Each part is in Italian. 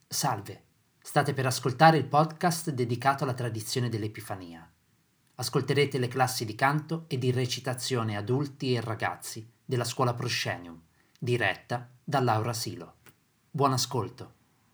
Salve, state per ascoltare il podcast dedicato alla tradizione dell'Epifania. Ascolterete le classi di canto e di recitazione adulti e ragazzi della scuola Proscenium, diretta da Laura Silo. Buon ascolto.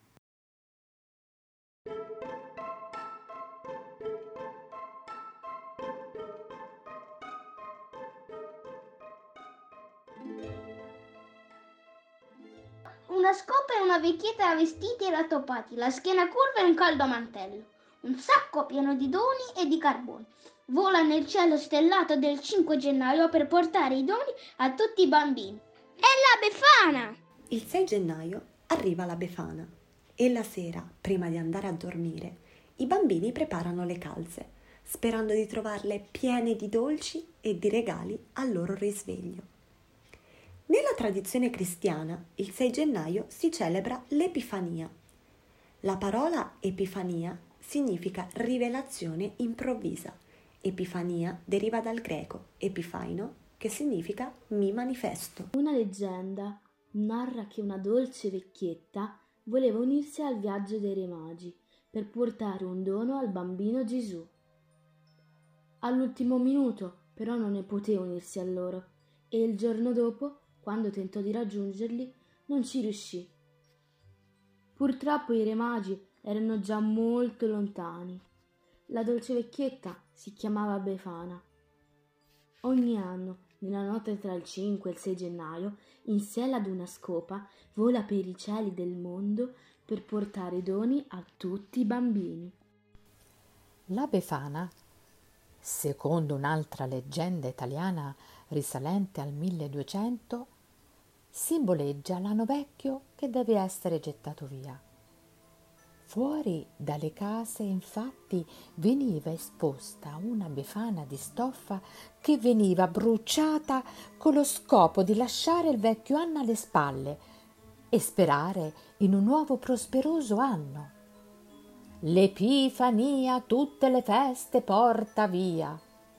Una scopa e una vecchietta vestiti e rattoppati, la schiena curva e un caldo mantello. Un sacco pieno di doni e di carboni. Vola nel cielo stellato del 5 gennaio per portare i doni a tutti i bambini. È la Befana! Il 6 gennaio arriva la Befana e la sera, prima di andare a dormire, i bambini preparano le calze, sperando di trovarle piene di dolci e di regali al loro risveglio. Nella tradizione cristiana, il 6 gennaio si celebra l'Epifania. La parola Epifania significa rivelazione improvvisa. Epifania deriva dal greco epifaino, che significa mi manifesto. Una leggenda narra che una dolce vecchietta voleva unirsi al viaggio dei Re Magi per portare un dono al bambino Gesù. All'ultimo minuto però non ne poté unirsi a loro e il giorno dopo, quando tentò di raggiungerli, non ci riuscì. Purtroppo i Re Magi erano già molto lontani. La dolce vecchietta si chiamava Befana. Ogni anno, nella notte tra il 5 e il 6 gennaio, in sella ad una scopa, vola per i cieli del mondo per portare doni a tutti i bambini. La Befana, secondo un'altra leggenda italiana risalente al 1200, simboleggia l'anno vecchio che deve essere gettato via. Fuori dalle case, infatti, veniva esposta una befana di stoffa che veniva bruciata con lo scopo di lasciare il vecchio anno alle spalle e sperare in un nuovo prosperoso anno. L'Epifania tutte le feste porta via.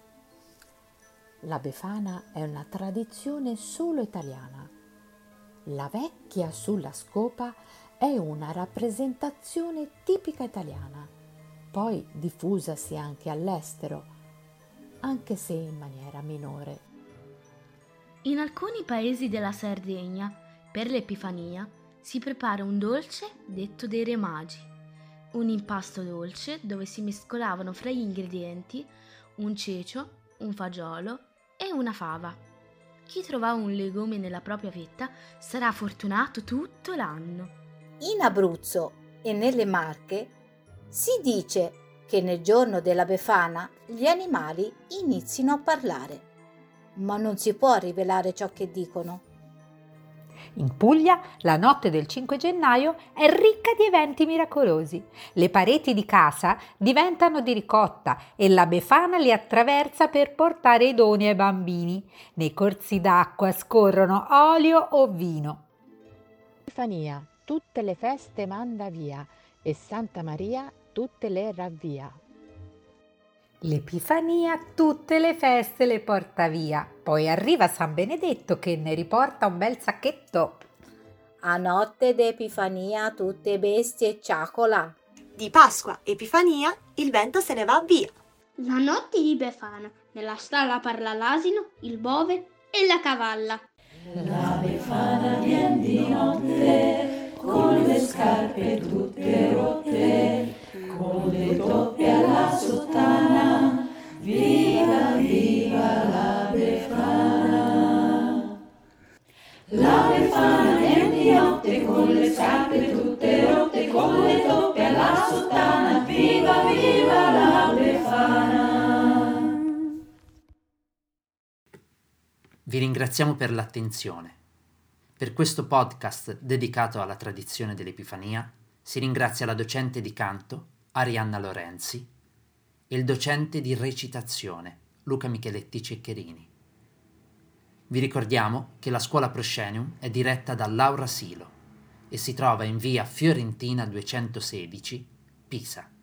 La Befana è una tradizione solo italiana. La vecchia sulla scopa è una rappresentazione tipica italiana, poi diffusasi anche all'estero, anche se in maniera minore. In alcuni paesi della Sardegna, per l'Epifania, si prepara un dolce detto dei Re Magi, un impasto dolce dove si mescolavano fra gli ingredienti un cecio, un fagiolo e una fava. Chi trova un legume nella propria fetta sarà fortunato tutto l'anno. In Abruzzo e nelle Marche si dice che nel giorno della Befana gli animali inizino a parlare, ma non si può rivelare ciò che dicono. In Puglia la notte del 5 gennaio è ricca di eventi miracolosi. Le pareti di casa diventano di ricotta e la Befana li attraversa per portare i doni ai bambini. Nei corsi d'acqua scorrono olio o vino. Epifania tutte le feste manda via e Santa Maria tutte le ravvia. L'Epifania tutte le feste le porta via. Poi arriva San Benedetto che ne riporta un bel sacchetto. A notte d'Epifania tutte bestie ciacola. Di Pasqua, Epifania, il vento se ne va via. La notte di Befana, nella stalla parla l'asino, il bove e la cavalla. La Befana vien di notte, con le scarpe tutte rotte, con le toppe alla sottana, viva, viva la Befana. La Befana vien di notte, con le scarpe tutte rotte, con le toppe alla sottana, viva, viva la Befana. Vi ringraziamo per l'attenzione. Per questo podcast dedicato alla tradizione dell'Epifania si ringrazia la docente di canto Arianna Lorenzi e il docente di recitazione Luca Micheletti Ceccherini. Vi ricordiamo che la scuola Proscenium è diretta da Laura Silo e si trova in via Fiorentina 216, Pisa.